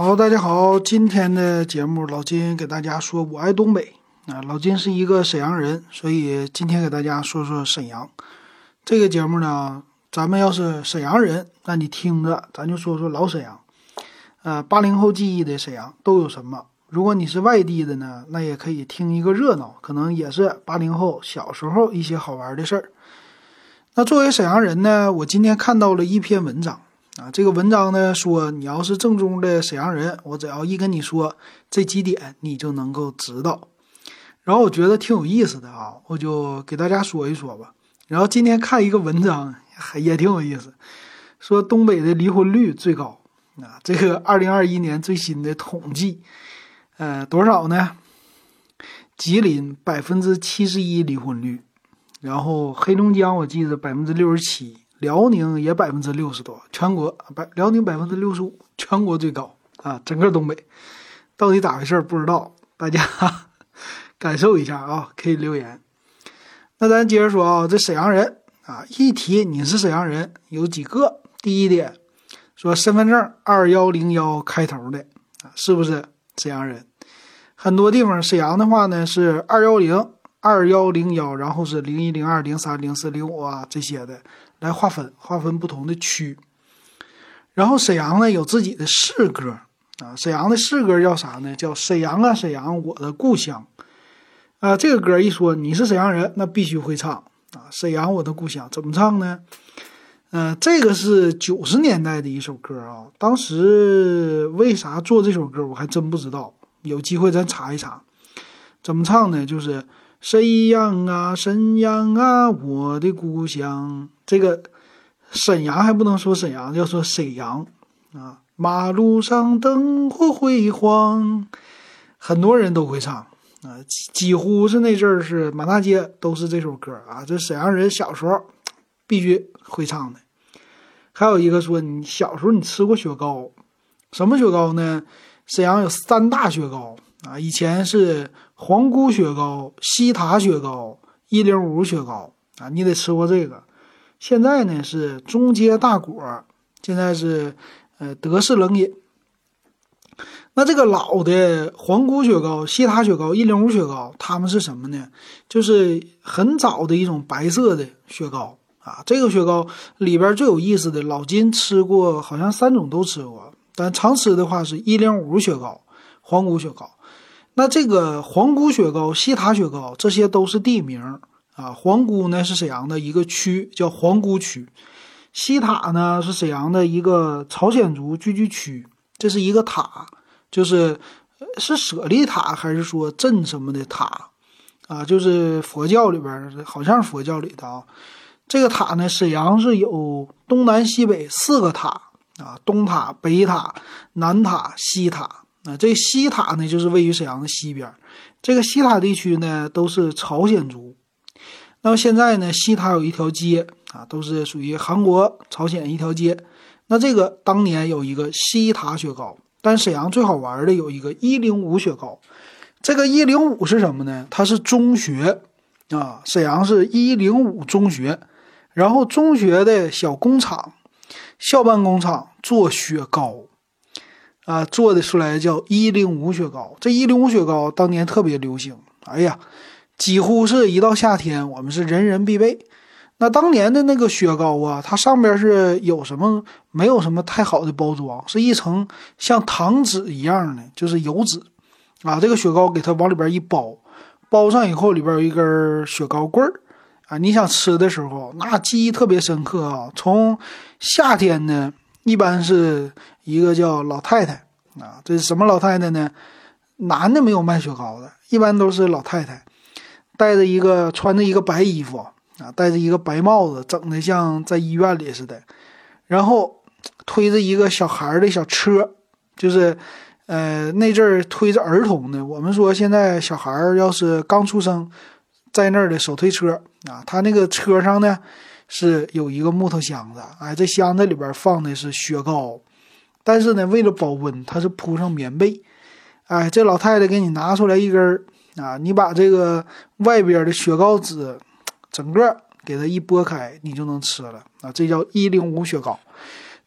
好，大家好，今天的节目老金给大家说我爱东北啊。老金是一个沈阳人，所以今天给大家说说沈阳。这个节目呢，咱们要是沈阳人，那你听着，咱就说说老沈阳。80后记忆的沈阳都有什么？如果你是外地的呢，那也可以听一个热闹，可能也是80后小时候一些好玩的事儿。那作为沈阳人呢，我今天看到了一篇文章。这个文章呢说，你要是正宗的沈阳人，我只要一跟你说这几点，你就能够知道。然后我觉得挺有意思的啊，我就给大家说一说吧。然后今天看一个文章也挺有意思，说东北的离婚率最高这个2021年最新的统计，多少呢？吉林71%离婚率，然后黑龙江我记得67%。辽宁也60%多，全国辽宁65%，全国最高啊！整个东北到底咋回事不知道，大家感受一下啊，可以留言。那咱接着说啊，这沈阳人啊，一提你是沈阳人，有几个？第一点，说身份证2101开头的是不是沈阳人？很多地方沈阳的话呢是210、2101，然后是01、02、03、04、05啊这些的。来划分不同的区。然后沈阳呢有自己的市歌沈阳的市歌叫啥呢？叫沈阳啊沈阳我的故乡这个歌一说你是沈阳人，那必须会唱沈阳我的故乡怎么唱呢？这个是90年代的一首歌啊，当时为啥做这首歌我还真不知道，有机会咱查一查。怎么唱呢？就是沈阳啊沈阳啊我的故乡，这个沈阳还不能说沈阳，要说沈阳马路上灯火辉煌，很多人都会唱几乎是那阵儿是满大街都是这首歌这沈阳人小时候必须会唱的。还有一个说你小时候你吃过雪糕，什么雪糕呢？沈阳有3大雪糕以前是皇姑雪糕、西塔雪糕、105雪糕你得吃过这个。现在呢是中街大果，现在是德式冷饮。那这个老的皇姑雪糕、西塔雪糕、105雪糕，它们是什么呢？就是很早的一种白色的雪糕这个雪糕里边最有意思的，老金吃过，好像3种都吃过，但常吃的话是105雪糕、皇姑雪糕。那这个皇姑雪糕、西塔雪糕这些都是地名皇姑呢是沈阳的一个区叫皇姑区，西塔呢是沈阳的一个朝鲜族聚居区，这是一个塔，是舍利塔还是说镇什么的塔就是佛教里边好像是佛教里的这个塔呢，沈阳是有东南西北4个塔东塔、北塔、南塔、西塔这西塔呢就是位于沈阳的西边，这个西塔地区呢都是朝鲜族。那么现在呢西塔有一条街都是属于韩国朝鲜一条街。那这个当年有一个西塔雪糕，但沈阳最好玩的有一个105雪糕。这个105是什么呢？它是中学沈阳是105中学，然后中学的小工厂、校办工厂做雪糕做的出来叫105雪糕。这105雪糕当年特别流行，几乎是一到夏天我们是人人必备。那当年的那个雪糕它上边是有什么？没有什么太好的包装，是一层像糖纸一样的，就是油纸这个雪糕给它往里边一包，包上以后里边有一根雪糕棍儿你想吃的时候那记忆特别深刻从夏天呢一般是一个叫老太太这是什么老太太呢？男的没有卖雪糕的，一般都是老太太，穿着一个白衣服戴着一个白帽子，整得像在医院里似的，然后推着一个小孩的小车，就是那阵儿推着儿童的，我们说现在小孩要是刚出生在那儿的手推车他那个车上呢是有一个木头箱子这箱子里边放的是雪糕，但是呢为了保温它是铺上棉被这老太太给你拿出来一根你把这个外边的雪糕纸整个给它一剥开，你就能吃了这叫105雪糕。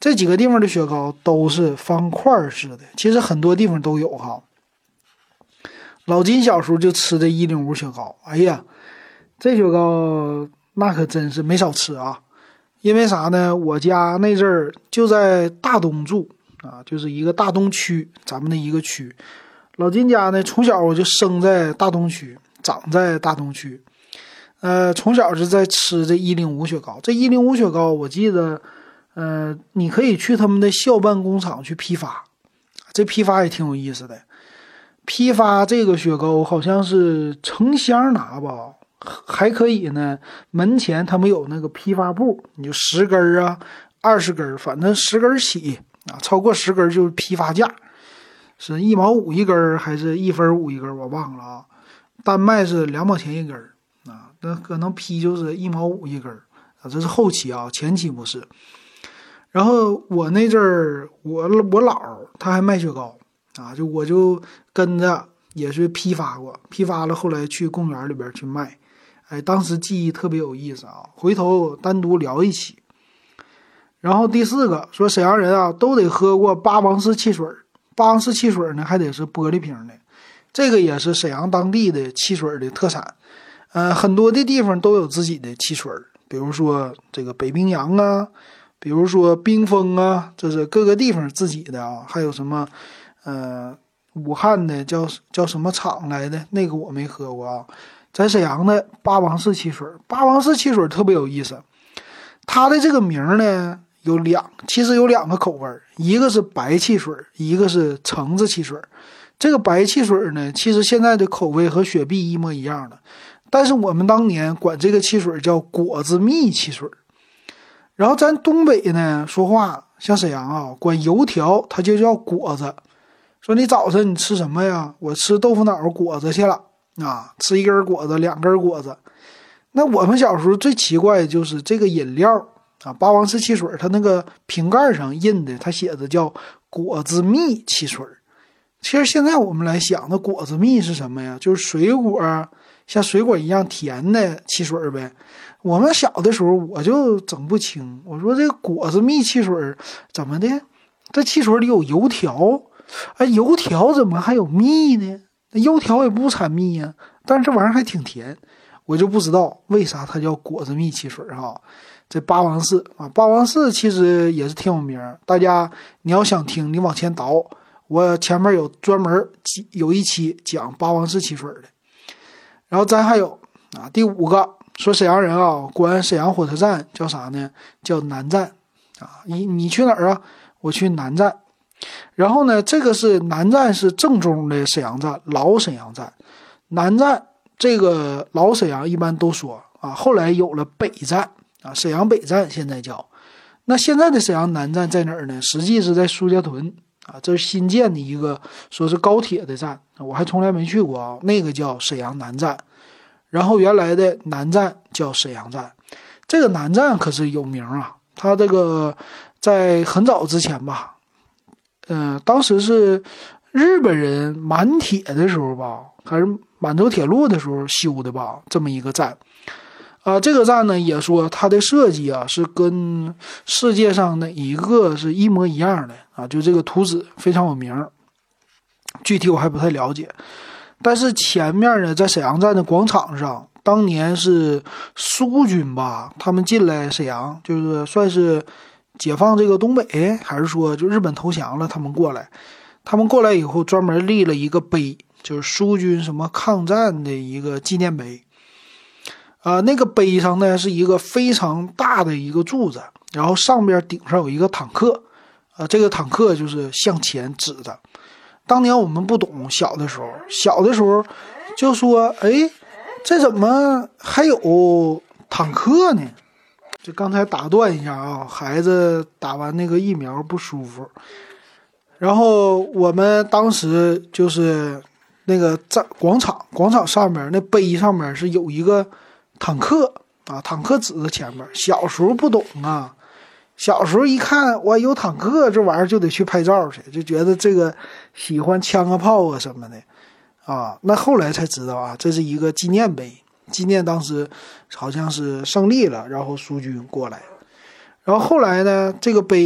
这几个地方的雪糕都是方块式的，其实很多地方都有哈。老金小时候就吃的105雪糕，哎呀，这雪糕那可真是没少吃啊。因为啥呢？我家那阵儿就在大东住啊，就是一个大东区，咱们的一个区。老金家呢，从小我就生在大东区，长在大东区。从小是在吃这105雪糕。这105雪糕，我记得，你可以去他们的校办工厂去批发，这批发也挺有意思的。批发这个雪糕好像是成箱拿吧，还可以呢。门前他们有那个批发部，你就10根啊，20根，反正10根起啊，超过10根就是批发价，是1毛5一根还是1分5一根，我忘了啊。单卖是2毛钱一根啊，那可能批就是1毛5一根啊，这是后期啊，前期不是。然后我那阵儿，我姥他还卖雪糕啊，我就跟着也是批发过，批发了后来去公园里边去卖。哎，当时记忆特别有意思啊，回头单独聊一期。然后第4个说沈阳人啊都得喝过八王寺汽水，八王寺汽水呢还得是玻璃瓶的，这个也是沈阳当地的汽水的特产。很多的地方都有自己的汽水，比如说这个北冰洋啊，比如说冰峰啊，这是各个地方自己的啊。还有什么武汉的叫什么厂来的，那个我没喝过啊。在沈阳的八王寺汽水，八王寺汽水特别有意思，它的这个名呢其实有2个口味，一个是白汽水，一个是橙子汽水。这个白汽水呢，其实现在的口味和雪碧一模一样的，但是我们当年管这个汽水叫果子蜜汽水。然后咱东北呢说话，像沈阳啊，管油条它就叫果子。说你早晨你吃什么呀？我吃豆腐脑果子去了啊，吃1根果子2根果子。那我们小时候最奇怪的就是这个饮料啊，八王寺汽水，它那个瓶盖上印的，它写的叫果子蜜汽水。其实现在我们来想，那果子蜜是什么呀？就是水果，像水果一样甜的汽水呗。我们小的时候我就整不清，我说这个果子蜜汽水怎么的？这汽水里有油条，油条怎么还有蜜呢？那油条也不产蜜呀，但是这玩意儿还挺甜，我就不知道为啥它叫果子蜜汽水哈。这八王寺啊，八王寺其实也是挺有名，大家你要想听，你往前倒，我前面有专门有一期讲八王寺汽水的。然后咱还有啊，第5个说沈阳人啊，管沈阳火车站叫啥呢？叫南站啊。你去哪儿啊？我去南站。然后呢，这个是南站是正宗的沈阳站，老沈阳站。南站这个老沈阳一般都说啊，后来有了北站啊，沈阳北站现在叫。那现在的沈阳南站在哪儿呢？实际是在苏家屯啊，这是新建的一个说是高铁的站，我还从来没去过啊，那个叫沈阳南站。然后原来的南站叫沈阳站，这个南站可是有名啊，它这个在很早之前吧，当时是日本人满铁的时候吧，还是满洲铁路的时候修的吧，这么一个站。这个站呢也说它的设计啊是跟世界上哪一个是一模一样的啊，就这个图纸非常有名，具体我还不太了解。但是前面呢，在沈阳站的广场上，当年是苏军吧，他们进来沈阳，就是算是解放这个东北，还是说就日本投降了，他们过来以后专门立了一个碑，就是苏军什么抗战的一个纪念碑。那个碑上呢是一个非常大的一个柱子，然后上边顶上有一个坦克，这个坦克就是向前指的。当年我们不懂，小的时候就说，哎，这怎么还有坦克呢？就刚才打断一下啊，孩子打完那个疫苗不舒服。然后我们当时就是那个在广场上面那碑上面是有一个坦克啊，坦克指在前面。小时候不懂啊，小时候一看哇有坦克这玩意儿就得去拍照去，就觉得这个喜欢枪啊炮啊什么的啊。那后来才知道啊，这是一个纪念碑，纪念当时好像是胜利了，然后苏军过来。然后后来呢，这个碑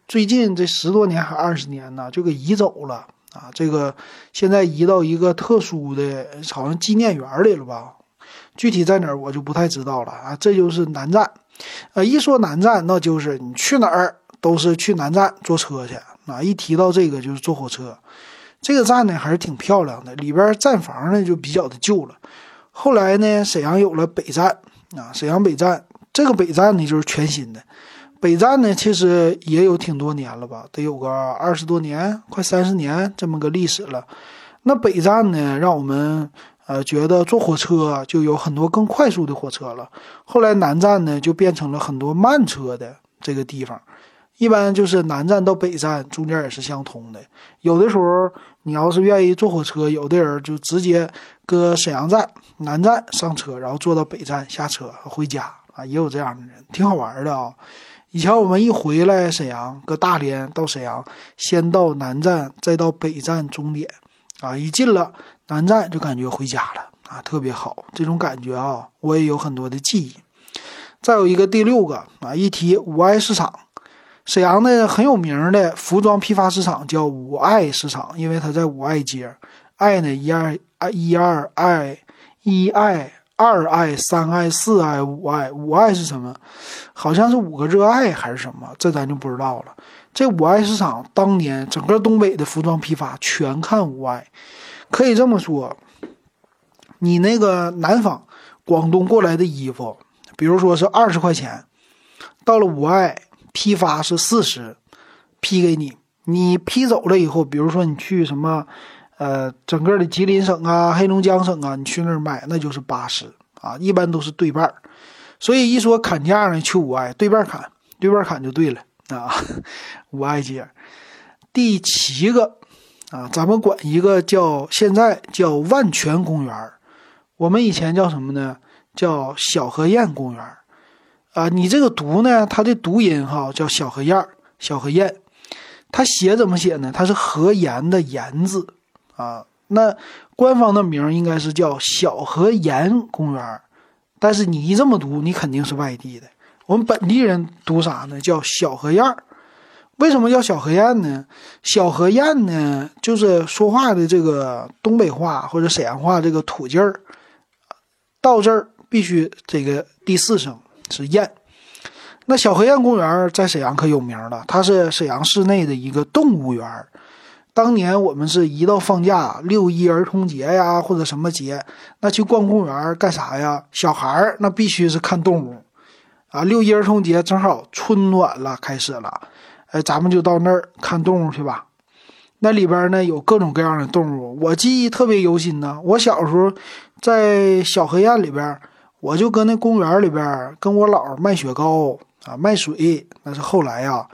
最近这10多年还20年呢，就给移走了啊。这个现在移到一个特殊的好像纪念园里了吧，具体在哪儿我就不太知道了啊。这就是南站，一说南站，那就是你去哪儿都是去南站坐车去啊。一提到这个就是坐火车。这个站呢还是挺漂亮的，里边站房呢就比较的旧了。后来呢，沈阳有了北站啊，沈阳北站，这个北站呢就是全新的。北站呢其实也有挺多年了吧，得有个20多年，快30年这么个历史了。那北站呢，让我们觉得坐火车就有很多更快速的火车了。后来南站呢就变成了很多慢车的这个地方。一般就是南站到北站中间也是相通的，有的时候你要是愿意坐火车，有的人就直接搁沈阳站南站上车，然后坐到北站下车回家啊，也有这样的人，挺好玩的啊。以前我们一回来沈阳，搁大连到沈阳，先到南站再到北站终点啊，一进了南站就感觉回家了啊，特别好，这种感觉啊我也有很多的记忆。再有一个第6个啊，一提五爱市场，沈阳的很有名的服装批发市场叫五爱市场，因为它在五爱街。爱呢一二爱1爱2爱3爱4爱5爱，五爱是什么？好像是5个热爱还是什么，这咱就不知道了。这五爱市场当年整个东北的服装批发全看五爱，可以这么说，你那个南方广东过来的衣服，比如说是20块钱，到了五爱批发是40，批给你，你批走了以后，比如说你去什么整个的吉林省啊、黑龙江省啊，你去那儿卖那就是80啊，一般都是对半。所以一说砍价呢，去五爱对半砍，对半砍就对了啊。五爱街第7个啊，咱们管一个现在叫万泉公园，我们以前叫什么呢？叫小河堰公园啊。你这个读呢，它的读音叫小河堰，小河堰。它写怎么写呢？它是河沿的沿字啊。那官方的名应该是叫小河沿公园，但是你一这么读，你肯定是外地的。我们本地人读啥呢？叫小河堰。为什么叫小河堰呢？小河堰呢，就是说话的这个东北话或者沈阳话这个土劲儿，到这儿必须这个第4声是堰。那小河堰公园在沈阳可有名了，它是沈阳市内的一个动物园。当年我们是一到放假，6·1儿童节呀或者什么节，那去逛公园干啥呀？小孩那必须是看动物啊。6·1儿童节正好春暖了，开始了，咱们就到那儿看动物去吧。那里边呢有各种各样的动物，我记忆特别犹新呢。我小时候在小河堰里边，我就搁那公园里边跟我姥卖雪糕啊，卖水。那是后来啊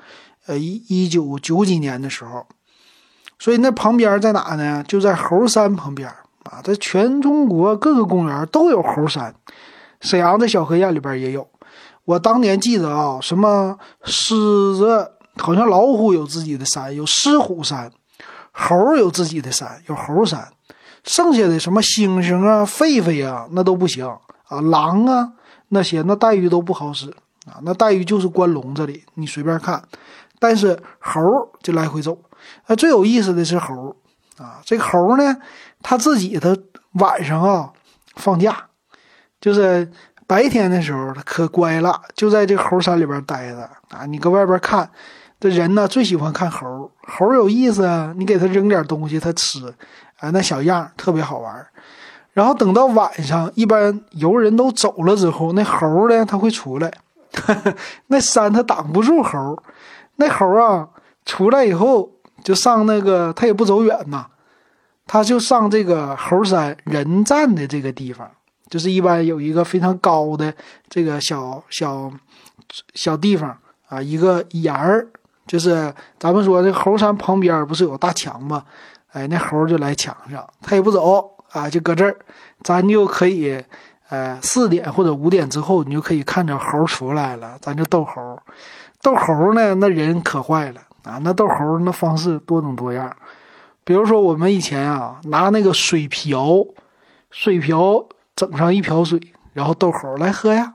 ，1990几年的时候。所以那旁边在哪呢？就在猴山旁边啊，在全中国各个公园都有猴山，沈阳的小河堰里边也有。我当年记得啊，什么狮子，好像老虎有自己的山，有狮虎山；猴有自己的山，有猴山。剩下的什么猩猩啊、狒狒啊，那都不行啊。狼啊那些，那待遇都不好使啊，那待遇就是关笼子里，你随便看。但是猴就来回走。最有意思的是猴啊，这个猴呢，他自己的晚上啊放假，就是白天的时候他可乖了，就在这个猴山里边待着啊。你搁外边看，这人呢最喜欢看猴，猴有意思啊，你给他扔点东西他吃啊，那小样特别好玩。然后等到晚上，一般游人都走了之后，那猴呢他会出来，那山他挡不住猴，那猴啊出来以后就上那个，他也不走远呐，他就上这个猴山人站的这个地方，就是一般有一个非常高的这个小地方啊，一个沿儿，就是咱们说这猴山旁边不是有大墙吗？那猴就来墙上，他也不走啊，就搁这儿，咱就可以4点或者5点之后，你就可以看着猴出来了，咱就逗猴。逗猴呢，那人可坏了啊！那逗猴那方式多种多样，比如说我们以前啊，拿那个水瓢整上一瓢水，然后逗猴来喝呀，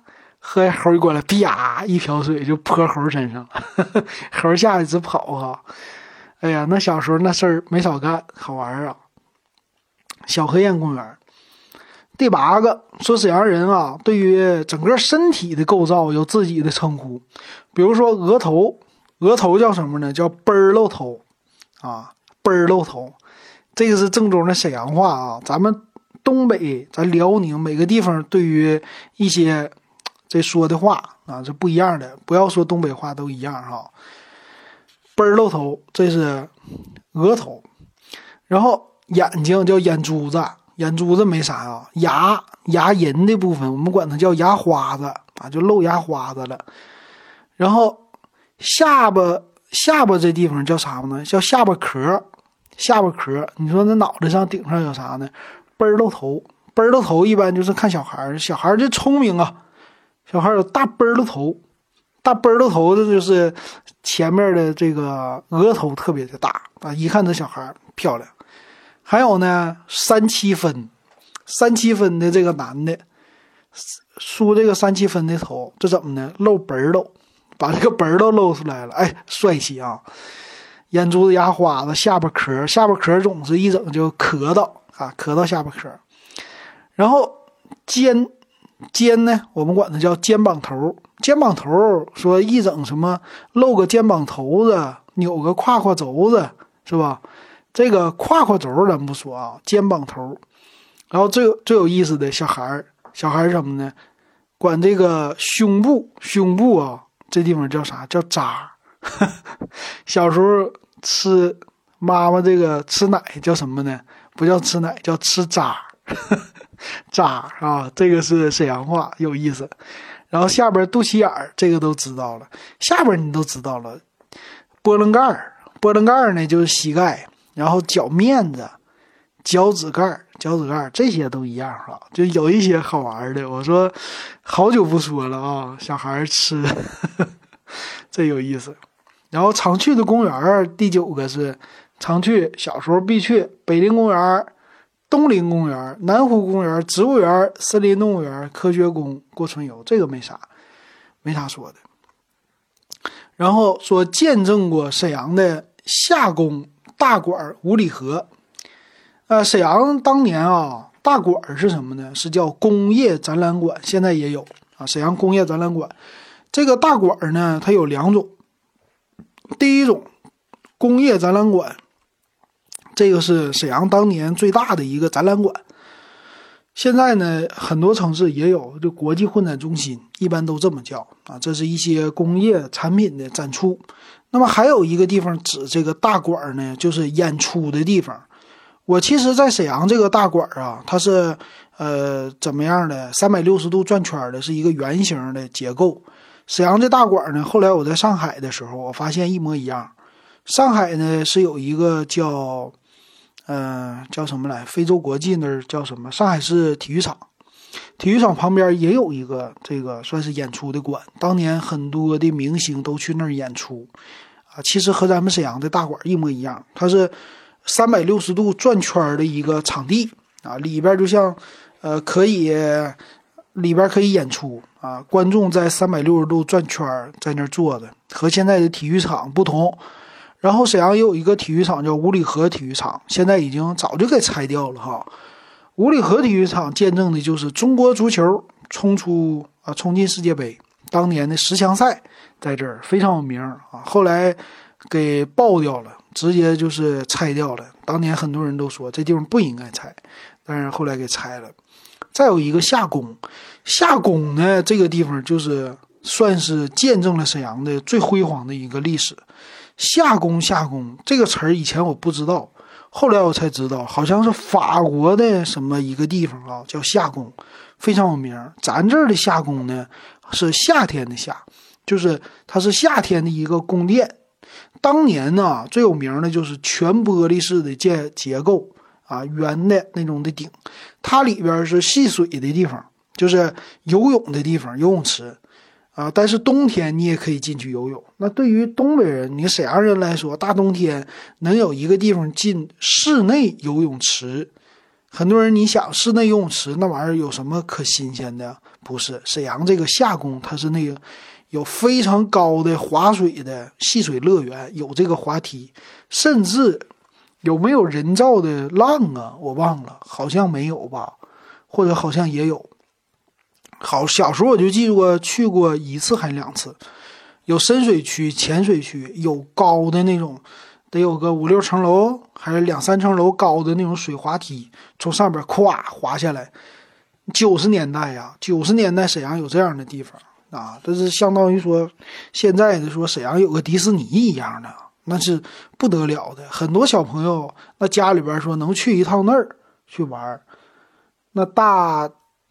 喝猴一过来，啪一瓢水就泼猴身上了，猴吓得直跑哈。哎呀，那小时候那事儿没少干，好玩啊。小河堰公园。第8个，说沈阳人啊，对于整个身体的构造有自己的称呼，比如说额头，额头叫什么呢？叫奔儿露头啊，奔儿露头，这个是正宗的沈阳话啊。咱们东北，咱辽宁每个地方对于一些这说的话啊是不一样的，不要说东北话都一样哈。奔儿露头，这是额头，然后眼睛叫眼珠子。眼珠子没啥啊，牙龈的部分我们管它叫牙花子啊，就露牙花子了。然后下巴这地方叫啥呢？叫下巴壳。下巴壳，你说那脑袋上顶上有啥呢？奔儿露头。奔儿露头一般就是看小孩，小孩就聪明啊，小孩有大奔儿露头。大奔儿露头的就是前面的这个额头特别的大啊，一看这小孩漂亮。还有呢，37分的这个男的梳这个37分的头，这怎么呢？露本儿露，把这个本儿都露出来了，哎，帅气啊！眼珠子、牙花子、下巴壳总是一整就磕到啊，磕到下巴壳。然后肩呢，我们管它叫肩膀头。肩膀头说一整什么露个肩膀头子，扭个胯轴子，是吧？这个胯轴咱不说啊，肩膀头。然后最有意思的小孩是什么呢？管这个胸部啊，这地方叫啥？叫渣。小时候吃妈妈这个吃奶叫什么呢？不叫吃奶，叫吃渣。渣啊，这个是沈阳话，有意思。然后下边肚脐眼儿，这个都知道了。下边你都知道了。波棱盖呢就是膝盖。然后脚面子、脚趾盖这些都一样哈，就有一些好玩的。我说好久不说了啊，小孩吃这有意思。然后常去的公园，第9个是常去，小时候必去，北陵公园、东陵公园、南湖公园、植物园、森林动物园、科学宫、过春游，这个没啥说的。然后说见证过沈阳的夏宫大馆五里河。沈阳当年啊，大馆是什么呢？是叫工业展览馆，现在也有啊。沈阳工业展览馆这个大馆呢，它有2种。第一种工业展览馆，这个是沈阳当年最大的一个展览馆。现在呢，很多城市也有，就国际会展中心，一般都这么叫啊。这是一些工业产品的展出。那么还有一个地方指这个大馆呢，就是演出的地方。我其实在沈阳这个大馆啊，它是怎么样的？360度转圈的，是一个圆形的结构。沈阳这大馆呢，后来我在上海的时候，我发现一模一样。上海呢是有一个叫什么来？非洲国际那儿叫什么？上海市体育场。体育场旁边也有一个这个算是演出的馆，当年很多的明星都去那儿演出啊。其实和咱们沈阳的大馆一模一样，它是360度转圈的一个场地啊，里边就像里边可以演出啊，观众在360度转圈在那儿坐着，和现在的体育场不同。然后沈阳也有一个体育场叫五里河体育场，现在已经早就给拆掉了哈。五里河体育场见证的就是中国足球冲进世界杯，当年的10强赛在这儿非常有名啊，后来给爆掉了，直接就是拆掉了。当年很多人都说这地方不应该拆，但是后来给拆了。再有一个夏宫呢，这个地方就是算是见证了沈阳的最辉煌的一个历史。夏宫这个词儿以前我不知道，后来我才知道，好像是法国的什么一个地方啊，叫夏宫，非常有名。咱这儿的夏宫呢，是夏天的夏，就是它是夏天的一个宫殿。当年呢，最有名的就是全玻璃式的结构啊，圆的那种的顶，它里边是戏水的地方，就是游泳的地方，游泳池啊。但是冬天你也可以进去游泳。那对于东北人，你沈阳人来说，大冬天能有一个地方进室内游泳池，很多人你想室内游泳池那玩意儿有什么可新鲜的？ 不是，沈阳这个夏宫它是那个有非常高的滑水的戏水乐园，有这个滑梯，甚至有没有人造的浪啊？我忘了，好像没有吧，或者好像也有。好，小时候我就记住过去过1次还2次，有深水区、浅水区，有高的那种，得有个5、6层楼，还是2、3层楼高的那种水滑梯，从上边咵滑下来。90年代呀，90年代沈阳有这样的地方啊，这是相当于说现在的说沈阳有个迪士尼一样的，那是不得了的。很多小朋友那家里边说能去一趟那儿去玩，那大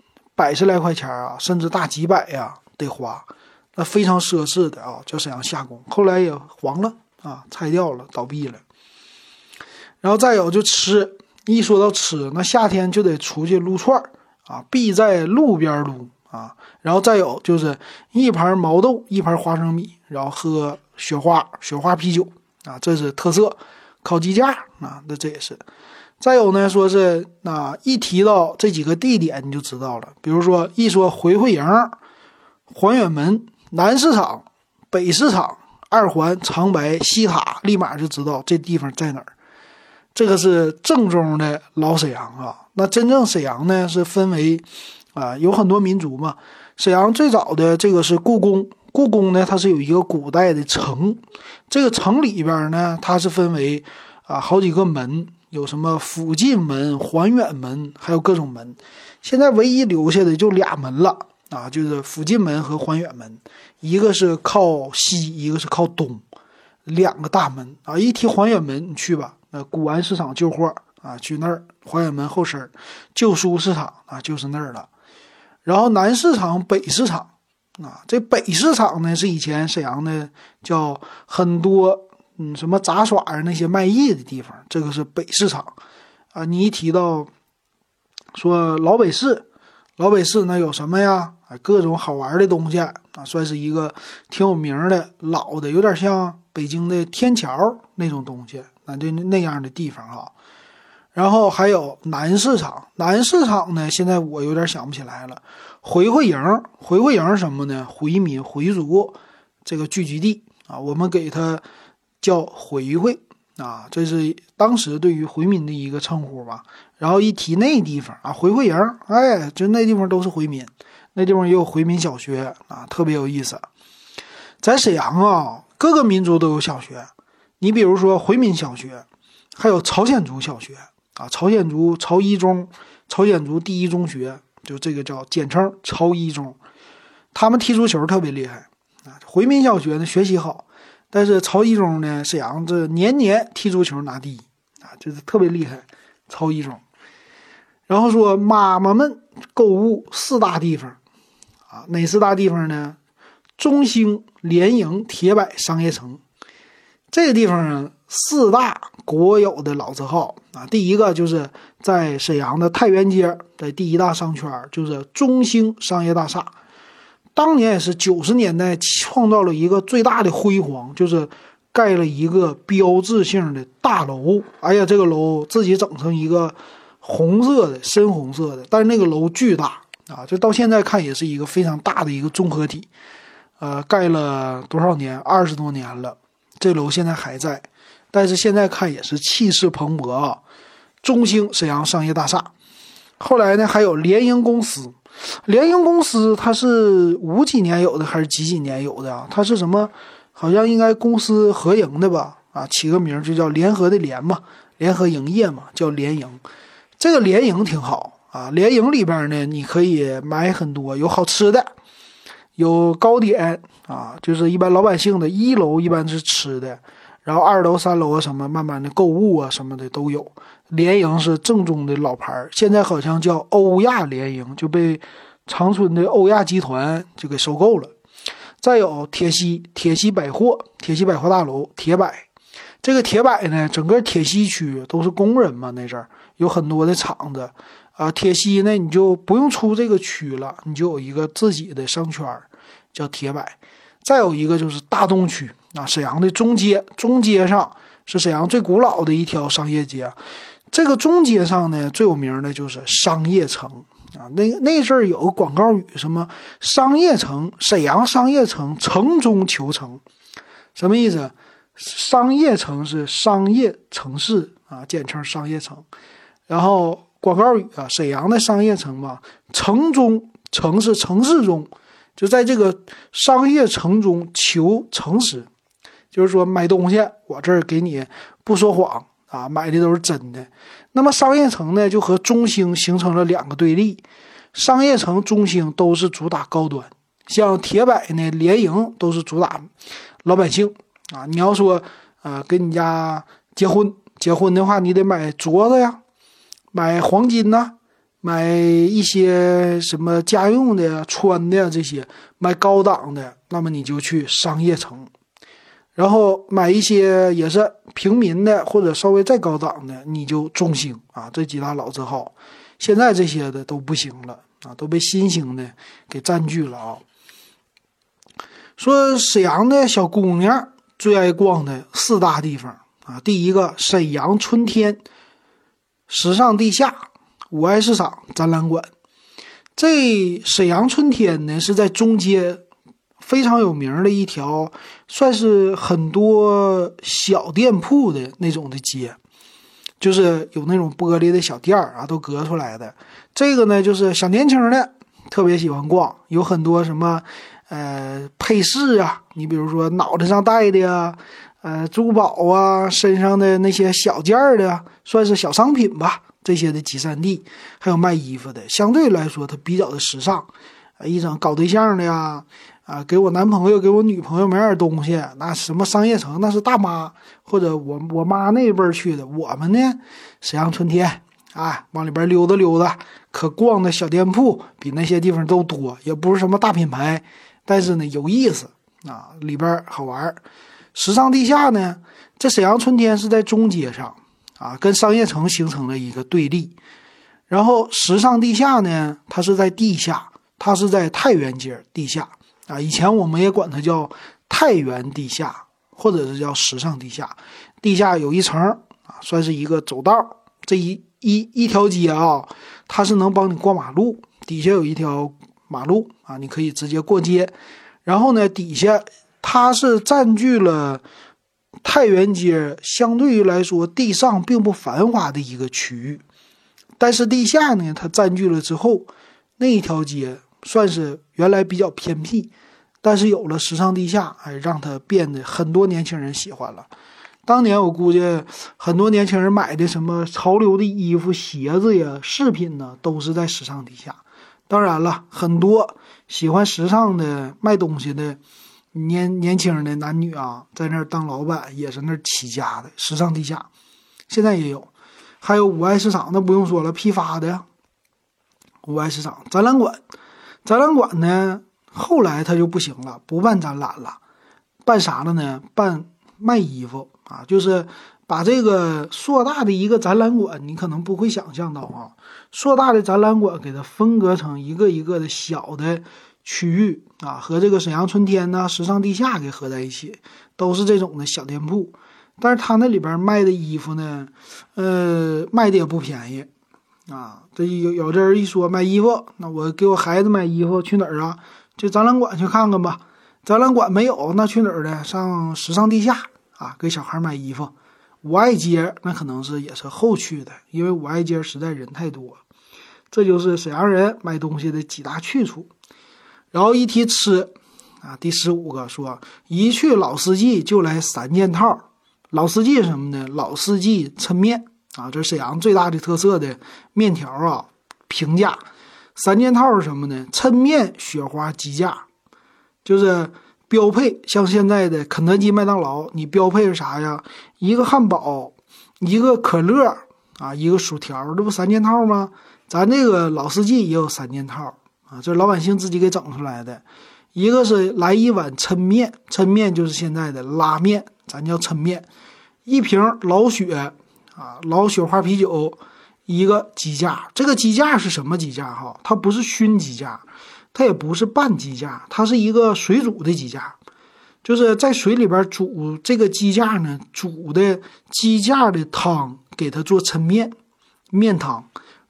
100来块钱啊，甚至大几百呀得花，那非常奢侈的啊，叫沈阳夏宫，后来也黄了啊，拆掉了，倒闭了。然后再有就吃，一说到吃，那夏天就得出去撸串啊，必在路边撸啊。然后再有就是一盘毛豆，一盘花生米，然后喝雪花啤酒啊，这是特色。烤鸡架啊，那这也是。再有呢，说是一提到这几个地点你就知道了，比如说一说回会营、环远门、南市场、北市场、2环、长白、西塔，立马就知道这地方在哪儿。这个是正宗的老沈阳啊。那真正沈阳呢是分为有很多民族嘛。沈阳最早的这个是故宫，故宫呢它是有一个古代的城，这个城里边呢它是分为好几个门，有什么附近门、环远门，还有各种门。现在唯一留下的就2门了啊，就是附近门和环远门，一个是靠西，一个是靠东，2个大门啊。一提环远门你去吧，古玩市场旧货啊，去那儿。环远门后身旧书市场啊，就是那儿了。然后南市场、北市场啊，这北市场呢是以前沈阳的叫很多什么杂耍那些卖艺的地方，这个是北市场啊。你一提到说老北市那有什么呀？各种好玩的东西啊，算是一个挺有名的老的，有点像北京的天桥那种东西，就那样的地方啊。然后还有南市场，南市场呢现在我有点想不起来了。回会营是什么呢？回民回族这个聚集地啊，我们给它叫回会啊，这是当时对于回民的一个称呼吧。然后一提那地方啊，回会营，就那地方都是回民，那地方也有回民小学啊，特别有意思。在沈阳啊，各个民族都有小学，你比如说回民小学，还有朝鲜族小学啊，朝鲜族朝一中，朝鲜族第一中学，就这个叫简称朝一中。他们踢足球特别厉害啊。回民小学呢学习好，但是朝一中呢，沈阳这年年踢足球拿第一啊，就是特别厉害。朝一中。然后说妈妈们购物4大地方啊，哪4大地方呢？中兴、联营、铁柏商业城。这个地方呢，4大国有的老字号啊。第一个就是在沈阳的太原街的第1大商圈，就是中兴商业大厦。当年也是90年代创造了一个最大的辉煌，就是盖了一个标志性的大楼。哎呀，这个楼自己整成一个红色的、深红色的，但是那个楼巨大啊，这到现在看也是一个非常大的一个综合体。盖了多少年？20多年了。这楼现在还在，但是现在看也是气势蓬勃啊。中兴沈阳商业大厦，后来呢还有联营公司，联营公司它是50几年有的还是几年有的啊？它是什么？好像应该公司合营的吧？啊，起个名就叫联合的联嘛，联合营业嘛，叫联营。这个联营挺好啊，联营里边呢你可以买很多，有好吃的，有糕点啊，就是一般老百姓的1楼一般是吃的，然后2楼、3楼啊什么慢慢的购物啊什么的都有。联营是正宗的老牌，现在好像叫欧亚联营，就被长春的欧亚集团就给收购了。再有铁西百货大楼，铁柏。这个铁柏呢，整个铁西区都是工人嘛，那阵儿有很多的厂子啊。铁西呢，你就不用出这个区了，你就有一个自己的商圈叫铁柏。再有一个就是大东区啊，沈阳的中街上是沈阳最古老的一条商业街。这个中街上呢，最有名的就是商业城啊。那阵儿有个广告语，什么商业城，沈阳商业城，城中求成，什么意思？商业城是商业城市啊，简称商业城。然后广告语啊，沈阳的商业城嘛，城中，城是城市中，就在这个商业城中求诚实，就是说买东西我这儿给你不说谎啊，买的都是真的。那么商业城呢，就和中兴形成了两个对立。商业城、中兴都是主打高端，像铁百呢、联营都是主打老百姓啊。你要说跟你家结婚的话，你得买镯子呀，买黄金呐，买一些什么家用的、穿的这些，买高档的，那么你就去商业城。然后买一些也是平民的或者稍微再高档的，你就中兴啊，这几大老字号。现在这些的都不行了啊，都被新兴的给占据了啊。说沈阳的小姑娘最爱逛的4大地方啊，第一个沈阳春天、时尚地下、五爱市场、展览馆。这沈阳春天呢是在中街非常有名的一条，算是很多小店铺的那种的街，就是有那种玻璃的小店啊，都隔出来的。这个呢，就是小年轻的特别喜欢逛，有很多什么配饰啊，你比如说脑袋上戴的呀，珠宝啊，身上的那些小件的呀，算是小商品吧。这些的集散地，还有卖衣服的，相对来说它比较的时尚，一整搞对象的呀。给我男朋友给我女朋友买点东西，那什么商业城那是大妈或者我妈那辈儿去的。我们呢，沈阳春天往里边溜达溜达，可逛的小店铺比那些地方都多，也不是什么大品牌，但是呢有意思啊，里边好玩。时尚地下呢，这沈阳春天是在中街上啊，跟商业城形成了一个对立。然后时尚地下呢，它是在地下，它是在太原街地下。以前我们也管它叫太原地下，或者是叫时尚地下。地下有一层算是一个走道，这一条街它是能帮你过马路，底下有一条马路你可以直接过街。然后呢，底下它是占据了太原街相对于来说地上并不繁华的一个区域，但是地下呢，它占据了之后，那一条街算是原来比较偏僻，但是有了时尚地下，让它变得很多年轻人喜欢了。当年我估计很多年轻人买的什么潮流的衣服、鞋子呀、饰品呢，都是在时尚地下。当然了，很多喜欢时尚的卖东西的年轻的男女在那儿当老板，也是那儿起家的。时尚地下现在也有，还有五爱市场，那不用说了，批发的呀。五爱市场、展览馆呢，后来它就不行了，不办展览了，办啥了呢？办卖衣服就是把这个硕大的一个展览馆，你可能不会想象到硕大的展览馆给它分割成一个一个的小的区域和这个沈阳春天时尚地下给合在一起，都是这种的小店铺。但是它那里边卖的衣服呢，卖的也不便宜这有这人一说卖衣服，那我给我孩子买衣服去哪儿去展览馆去看看吧。展览馆没有，那去哪儿呢？上时尚地下给小孩买衣服。五爱街那可能是也是后去的，因为五爱街实在人太多。这就是沈阳人买东西的几大去处。然后一提吃第15个说一去老四季就来3件套。老四季是什么呢？老四季抻面这是沈阳最大的特色的面条平价。3件套是什么呢？抻面、雪花、鸡架，就是标配。像现在的肯德基、麦当劳，你标配是啥呀？一个汉堡，一个可乐一个薯条，这不3件套吗？咱这个老四季也有3件套这是老百姓自己给整出来的。一个是来一碗抻面，抻面就是现在的拉面，咱叫抻面。一瓶老雪老雪花啤酒，一个鸡架。这个鸡架是什么鸡架它不是熏鸡架，它也不是拌鸡架，它是一个水煮的鸡架，就是在水里边煮这个鸡架呢，煮的鸡架的汤给它做抻面汤，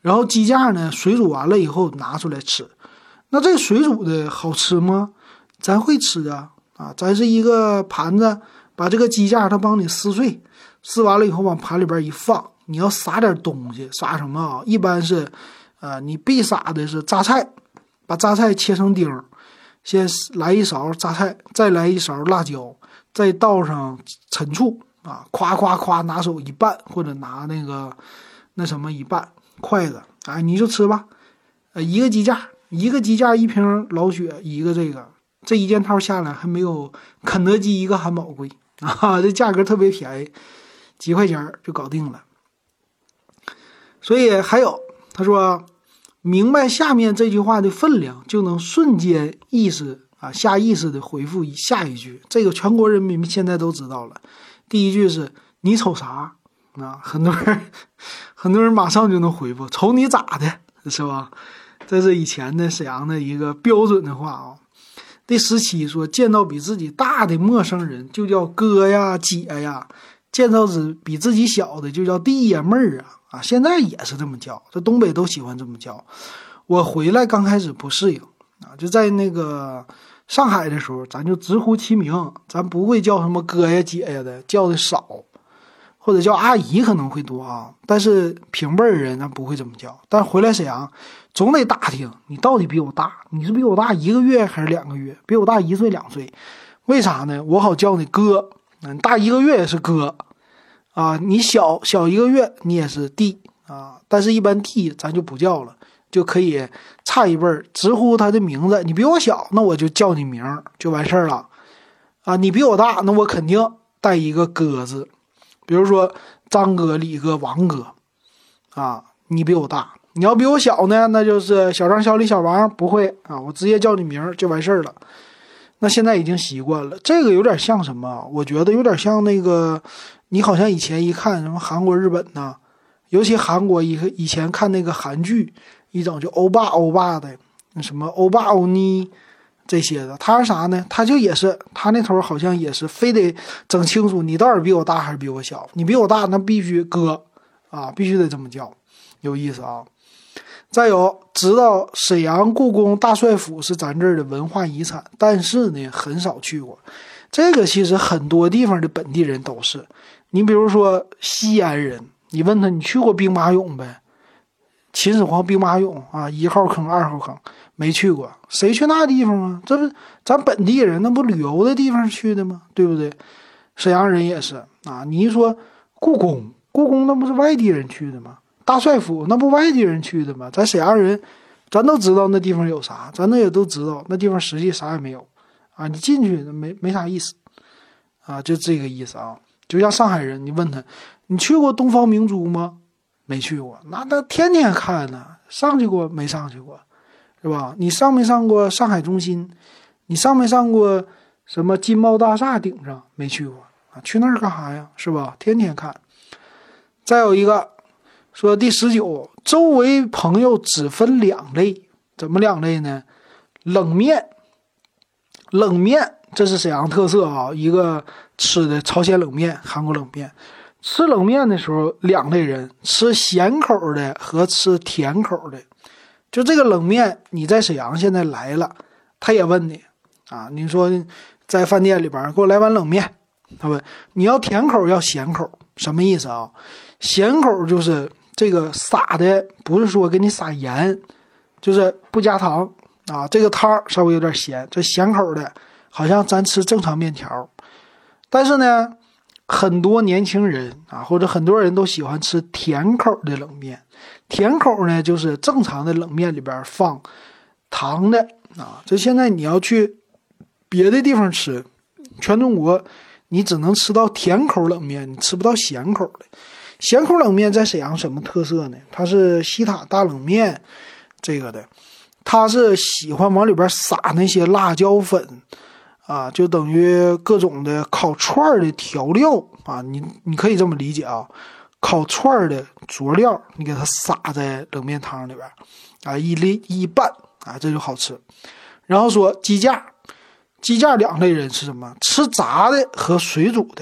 然后鸡架呢水煮完了以后拿出来吃。那这水煮的好吃吗？咱会吃啊，咱是一个盘子，把这个鸡架它帮你撕碎，撕完了以后往盘里边一放，你要撒点东西，撒什么啊？一般是你必撒的是榨菜，把榨菜切成丁，先来一勺榨菜，再来一勺辣椒，再倒上陈醋啊，夸夸夸拿手一拌，或者拿那什么一拌筷子，你就吃吧。一个鸡架一瓶老雪，一个这一件套下来还没有肯德基一个汉堡贵啊，这价格特别便宜，几块钱就搞定了。所以还有他说，明白下面这句话的分量，就能瞬间下意识的回复下一句，这个全国人民现在都知道了。第一句是你瞅啥啊？很多人马上就能回复瞅你咋的，是吧？这是以前的沈阳的一个标准的话啊。第17说，见到比自己大的陌生人就叫哥呀姐呀，见到比自己小的就叫弟呀妹儿啊，现在也是这么叫，这东北都喜欢这么叫。我回来刚开始不适应啊，就在那个上海的时候，咱就直呼其名，咱不会叫什么哥呀姐呀的，叫的少，或者叫阿姨可能会多啊，但是平辈人咱不会这么叫。但回来沈阳总得打听你到底比我大，你是比我大1个月还是2个月，比我大1岁2岁，为啥呢？我好叫你哥，你大1个月也是哥啊，你小1个月你也是弟啊，但是一般弟咱就不叫了，就可以差一辈儿直呼他的名字。你比我小，那我就叫你名就完事儿了啊。你比我大，那我肯定带一个哥字，比如说张哥、李哥、王哥啊，你比我大。你要比我小呢，那就是小张、小李、小王，不会啊，我直接叫你名就完事儿了。那现在已经习惯了，这个有点像什么？我觉得有点像那个，你好像以前一看什么韩国、日本呐，尤其韩国以前看那个韩剧，一整就欧巴的，什么欧巴欧尼这些的，他是啥呢？他就也是他那头好像也是非得整清楚你到底比我大还是比我小。你比我大，那必须哥啊，必须得这么叫，有意思啊。再有，知道沈阳故宫大帅府是咱这儿的文化遗产，但是呢很少去过。这个其实很多地方的本地人都是，你比如说西安人，你问他你去过兵马俑呗？秦始皇兵马俑啊，1号坑2号坑没去过，谁去那地方啊？这不咱本地人，那不旅游的地方去的吗？对不对？沈阳人也是啊，你一说故宫那不是外地人去的吗？大帅府那不外地人去的吗？咱沈阳人咱都知道那地方有啥，咱那也都知道那地方实际啥也没有啊，你进去没啥意思啊，就这个意思啊。就像上海人，你问他你去过东方明珠吗？没去过，那天天看呢，上去过没上去过，是吧？你上没上过上海中心？你上没上过什么金茂大厦顶上？没去过啊，去那儿干啥呀？是吧？天天看。再有一个说第19，周围朋友只分2类，怎么2类呢？冷面，这是沈阳特色啊，一个吃的朝鲜冷面、韩国冷面。吃冷面的时候2类人，吃咸口的和吃甜口的。就这个冷面，你在沈阳现在来了，他也问你啊，你说在饭店里边给我来碗冷面，他问你要甜口要咸口，什么意思啊？咸口就是这个撒的不是说给你撒盐，就是不加糖啊，这个汤稍微有点咸。这咸口的好像咱吃正常面条，但是呢很多年轻人啊，或者很多人都喜欢吃甜口的冷面。甜口呢就是正常的冷面里边放糖的啊。这现在你要去别的地方吃，全中国你只能吃到甜口冷面，你吃不到咸口的。咸口冷面在沈阳什么特色呢？它是西塔大冷面这个的，它是喜欢往里边撒那些辣椒粉啊，就等于各种的烤串的调料啊，你可以这么理解啊，烤串的佐料你给它撒在冷面汤里边啊，一拌啊，这就好吃。然后说鸡架2类人是什么？吃炸的和水煮的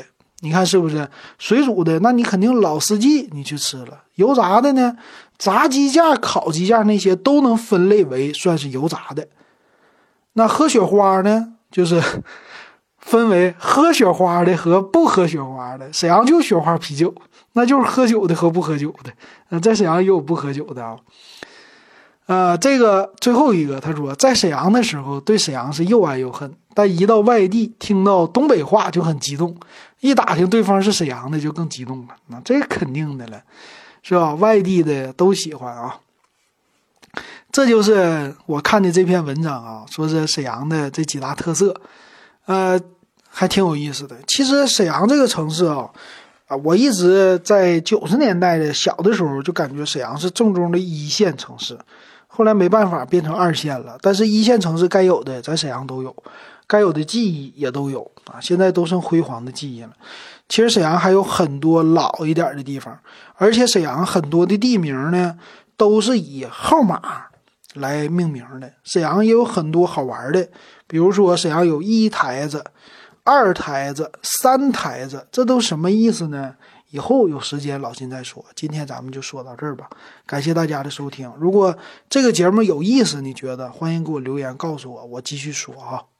你看是不是？水煮的，那你肯定老司机你去吃了。油炸的呢，炸鸡架、烤鸡架那些都能分类为算是油炸的。那喝雪花呢，就是分为喝雪花的和不喝雪花的。沈阳就雪花啤酒，那就是喝酒的和不喝酒的。在沈阳也有不喝酒的啊。这个最后一个，他说在沈阳的时候对沈阳是又爱又恨，但一到外地听到东北话就很激动，一打听对方是沈阳的就更激动了。那这肯定的了，是吧？外地的都喜欢啊。这就是我看的这篇文章啊，说是沈阳的这几大特色，还挺有意思的。其实沈阳这个城市我一直在90年代的小的时候就感觉沈阳是正宗的一线城市，后来没办法变成2线了。但是一线城市该有的在沈阳都有，该有的记忆也都有啊，现在都剩辉煌的记忆了。其实沈阳还有很多老一点的地方，而且沈阳很多的地名呢都是以号码来命名的。沈阳也有很多好玩的，比如说沈阳有1台子、2台子、3台子，这都什么意思呢？以后有时间老金再说，今天咱们就说到这儿吧。感谢大家的收听，如果这个节目有意思，你觉得欢迎给我留言告诉我，我继续说啊。